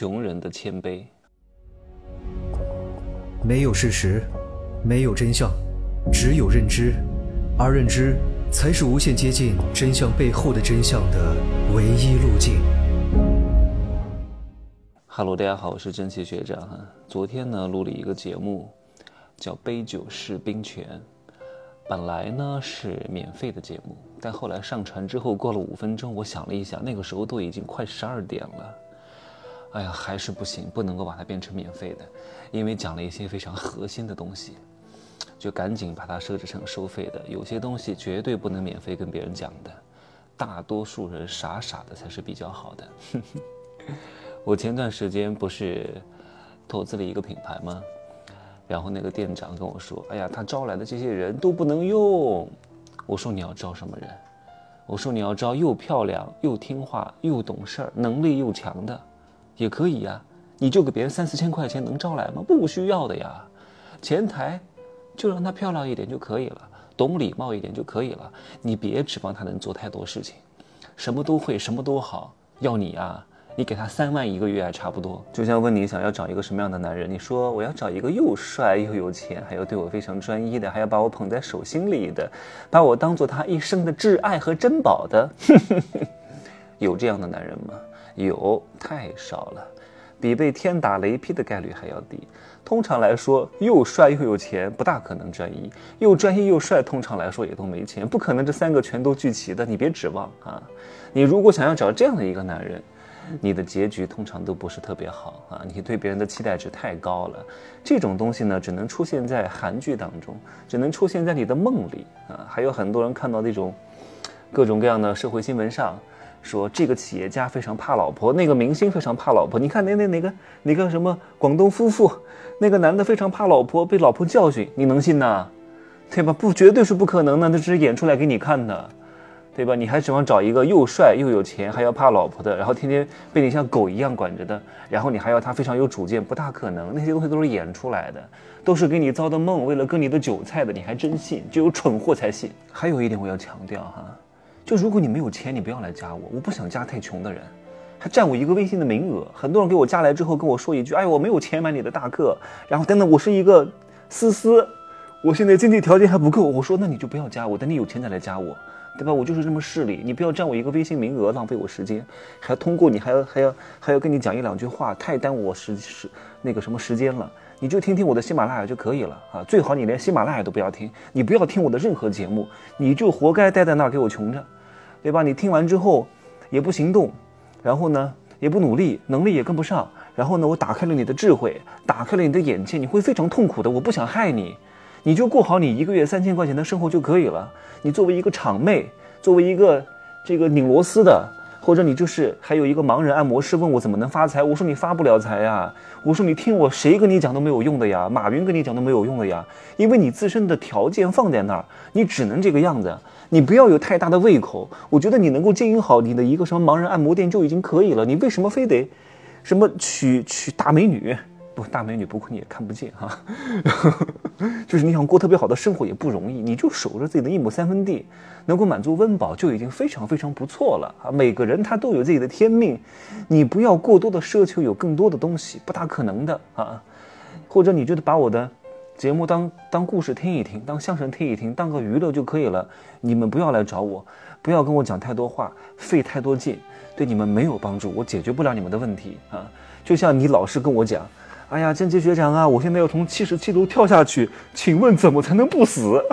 穷人的谦卑。 没有事实，没有真相，只有认知，而认知才是无限接近真相背后的真相的唯一路径。 Hello， 大家好，我是蒸汽学长。昨天呢录了一个节目，叫杯酒释兵权。本来呢是免费的节目，但后来上传之后过了5分钟，我想了一下，那个时候都已经快12点了。哎呀，还是不行，不能够把它变成免费的，因为讲了一些非常核心的东西，就赶紧把它设置成收费的。有些东西绝对不能免费跟别人讲的，大多数人傻傻的才是比较好的。我前段时间不是投资了一个品牌吗？然后那个店长跟我说，哎呀，他招来的这些人都不能用。我说你要招什么人？我说你要招又漂亮又听话又懂事儿能力又强的也可以呀，你就给别人3-4千块钱能招来吗？不需要的呀，前台就让她漂亮一点就可以了，懂礼貌一点就可以了，你别指望她能做太多事情，什么都会什么都好，要你啊，你给他3万1个月还差不多。就像问你想要找一个什么样的男人，你说我要找一个又帅又有钱，还要对我非常专一的，还要把我捧在手心里的，把我当做他一生的挚爱和珍宝的。有这样的男人吗？有，太少了，比被天打雷劈的概率还要低。通常来说，又帅又有钱不大可能专一，又专一又帅通常来说也都没钱，不可能这3个全都聚齐的，你别指望啊。你如果想要找这样的一个男人，你的结局通常都不是特别好啊！你对别人的期待值太高了，这种东西呢，只能出现在韩剧当中，只能出现在你的梦里啊！还有很多人看到那种各种各样的社会新闻上，说这个企业家非常怕老婆，那个明星非常怕老婆。你看哪个什么广东夫妇，那个男的非常怕老婆，被老婆教训，你能信呐？对吧？不，绝对是不可能的，那只是演出来给你看的。对吧？你还指望找一个又帅又有钱还要怕老婆的，然后天天被你像狗一样管着的，然后你还要他非常有主见，不大可能。那些东西都是演出来的，都是给你造的梦，为了割你的韭菜的，你还真信？只有蠢货才信。还有一点我要强调哈，就如果你没有钱，你不要来加我，我不想加太穷的人，还占我一个微信的名额。很多人给我加来之后跟我说一句，哎，我没有钱买你的大课，然后等等，我是一个思，我现在经济条件还不够。我说那你就不要加我，等你有钱再来加我。对吧？我就是这么势利，你不要占我一个微信名额，浪费我时间，还通过你还要跟你讲1-2句话，太耽误我时间了。你就听听我的喜马拉雅就可以了啊！最好你连喜马拉雅都不要听，你不要听我的任何节目，你就活该待在那儿给我穷着，对吧？你听完之后也不行动，然后呢也不努力，能力也跟不上，然后呢我打开了你的智慧，打开了你的眼界，你会非常痛苦的。我不想害你。你就过好你1个月3000块钱的生活就可以了。你作为一个场妹，作为一个这个拧螺丝的，或者你就是还有一个盲人按摩师问我怎么能发财，我说你发不了财呀，我说你听我谁跟你讲都没有用的呀，马云跟你讲都没有用的呀，因为你自身的条件放在那儿，你只能这个样子，你不要有太大的胃口。我觉得你能够经营好你的一个什么盲人按摩店就已经可以了，你为什么非得什么娶大美女？不，大美女不过你也看不见哈，就是你想过特别好的生活也不容易，你就守着自己的1亩3分地，能够满足温饱就已经非常非常不错了啊！每个人他都有自己的天命，你不要过多的奢求有更多的东西，不大可能的啊！或者你觉得把我的节目当故事听一听，当相声听一听，当个娱乐就可以了，你们不要来找我，不要跟我讲太多话，费太多劲，对你们没有帮助，我解决不了你们的问题啊！就像你老是跟我讲，哎呀，蒸汽学长啊，我现在要从77楼跳下去，请问怎么才能不死？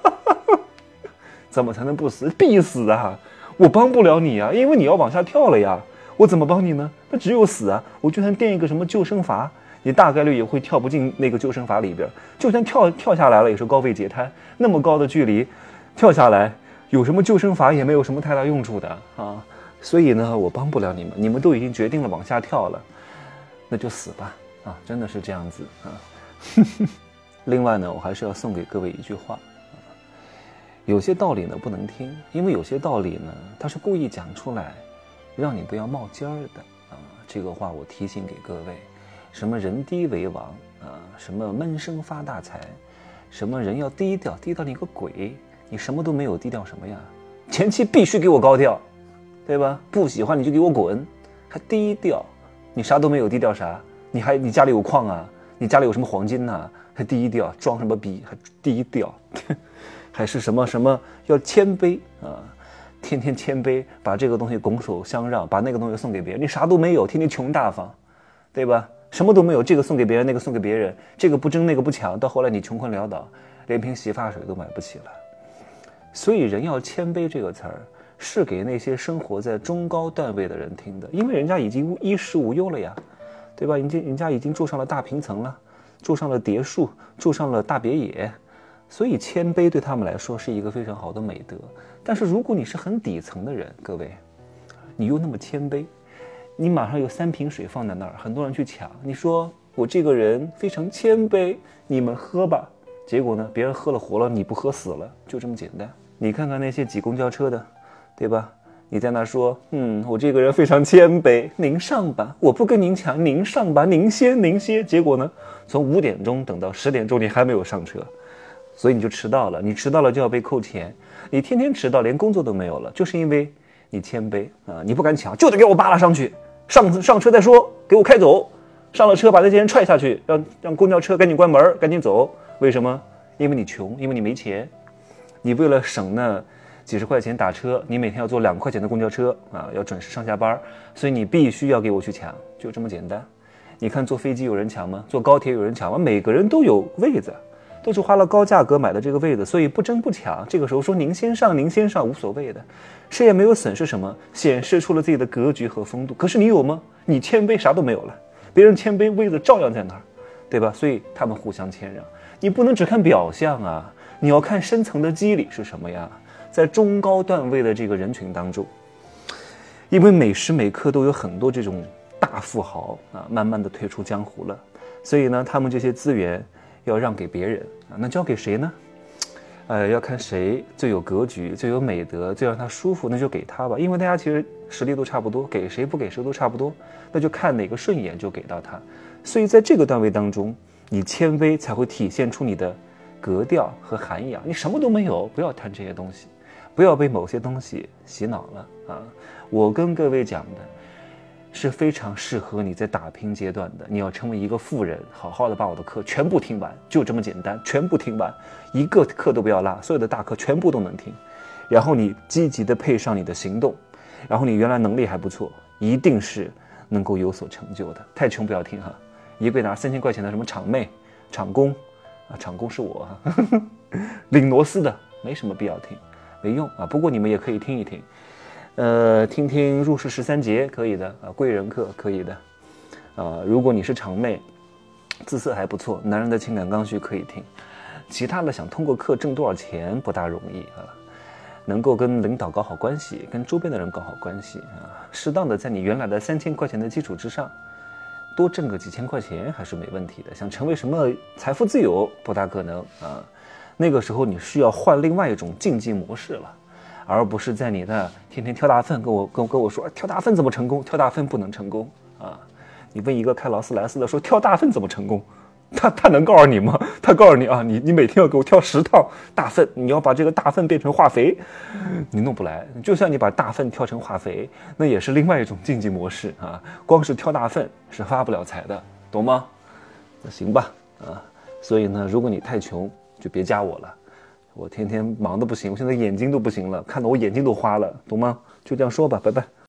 怎么才能不死？必死啊！我帮不了你啊，因为你要往下跳了呀。我怎么帮你呢？那只有死啊！我就算垫一个什么救生筏，你大概率也会跳不进那个救生筏里边。就算跳下来了，也是高位截瘫，那么高的距离，跳下来有什么救生筏也没有什么太大用处的啊。所以呢，我帮不了你们，你们都已经决定了往下跳了，那就死吧。啊，真的是这样子啊。另外呢，我还是要送给各位一句话啊，有些道理呢不能听，因为有些道理呢它是故意讲出来让你不要冒尖儿的啊。这个话我提醒给各位，什么人低为王啊，什么闷声发大财，什么人要低调，低调你个鬼，你什么都没有，低调什么呀？前期必须给我高调，对吧？不喜欢你就给我滚，还低调， 你啥都没有，低调啥？你家里有矿啊？你家里有什么黄金呐？还低调，装什么逼？还低调，还是什么要谦卑啊？天天谦卑，把这个东西拱手相让，把那个东西送给别人。你啥都没有，天天穷大方，对吧？什么都没有，这个送给别人，那个送给别人，这个不争那个不抢，到后来你穷困潦倒，连瓶洗发水都买不起了。所以人要谦卑这个词儿是给那些生活在中高段位的人听的，因为人家已经衣食无忧了呀，对吧？人家已经住上了大平层了，住上了别墅，住上了大别野，所以谦卑对他们来说是一个非常好的美德。但是如果你是很底层的人，各位，你又那么谦卑，你马上有3瓶水放在那儿，很多人去抢，你说我这个人非常谦卑，你们喝吧。结果呢，别人喝了活了，你不喝死了，就这么简单。你看看那些挤公交车的，对吧？你在那说，我这个人非常谦卑，您上吧，我不跟您抢，您上吧，您先。结果呢，从5点钟等到10点钟，你还没有上车，所以你就迟到了。你迟到了就要被扣钱，你天天迟到，连工作都没有了，就是因为你谦卑啊！你不敢抢，就得给我扒拉上去，上车再说，给我开走。上了车把那些人踹下去，让公交车赶紧关门，赶紧走。为什么？因为你穷，因为你没钱。你为了省那几十块钱打车，你每天要坐2块钱的公交车啊，要准时上下班，所以你必须要给我去抢，就这么简单。你看坐飞机有人抢吗？坐高铁有人抢吗？每个人都有位子，都是花了高价格买的这个位子，所以不争不抢。这个时候说您先上无所谓的，谁也没有损失什么，显示出了自己的格局和风度。可是你有吗？你谦卑啥都没有了，别人谦卑位子照样在那儿，对吧？所以他们互相谦让。你不能只看表象啊，你要看深层的机理是什么呀？在中高段位的这个人群当中，因为每时每刻都有很多这种大富豪啊，慢慢的退出江湖了，所以呢，他们这些资源要让给别人啊，那交给谁呢？要看谁最有格局、最有美德、最让他舒服，那就给他吧。因为大家其实实力都差不多，给谁不给谁都差不多，那就看哪个顺眼就给到他。所以在这个段位当中，你谦卑才会体现出你的格调和涵养。你什么都没有，不要贪这些东西，不要被某些东西洗脑了啊！我跟各位讲的是非常适合你在打拼阶段的。你要成为一个富人，好好的把我的课全部听完，就这么简单，全部听完，一个课都不要落，所有的大课全部都能听。然后你积极的配上你的行动，然后你原来能力还不错，一定是能够有所成就的。太穷不要听哈，一个月拿3000块钱的什么厂妹、厂工啊，厂工是我哈，领螺丝的没什么必要听，没用啊。不过你们也可以听一听。听听入世13节可以的啊，贵人课可以的，如果你是长妹，姿色还不错，男人的情感刚需可以听，其他的想通过课挣多少钱不大容易啊，能够跟领导搞好关系，跟周边的人搞好关系啊，适当的在你原来的3000块钱的基础之上，多挣个几千块钱还是没问题的。想成为什么财富自由不大可能啊，那个时候你需要换另外一种竞技模式了。而不是在你的天天挑大粪跟我说挑大粪怎么成功，挑大粪不能成功啊！你问一个开劳斯莱斯的说挑大粪怎么成功，他能告诉你吗？他告诉你啊，你每天要给我挑10趟大粪，你要把这个大粪变成化肥，你弄不来。就像你把大粪挑成化肥，那也是另外一种竞技模式啊！光是挑大粪是发不了财的，懂吗？那行吧啊！所以呢，如果你太穷，就别加我了。我天天忙得不行，我现在眼睛都不行了，看得我眼睛都花了，懂吗？就这样说吧，拜拜。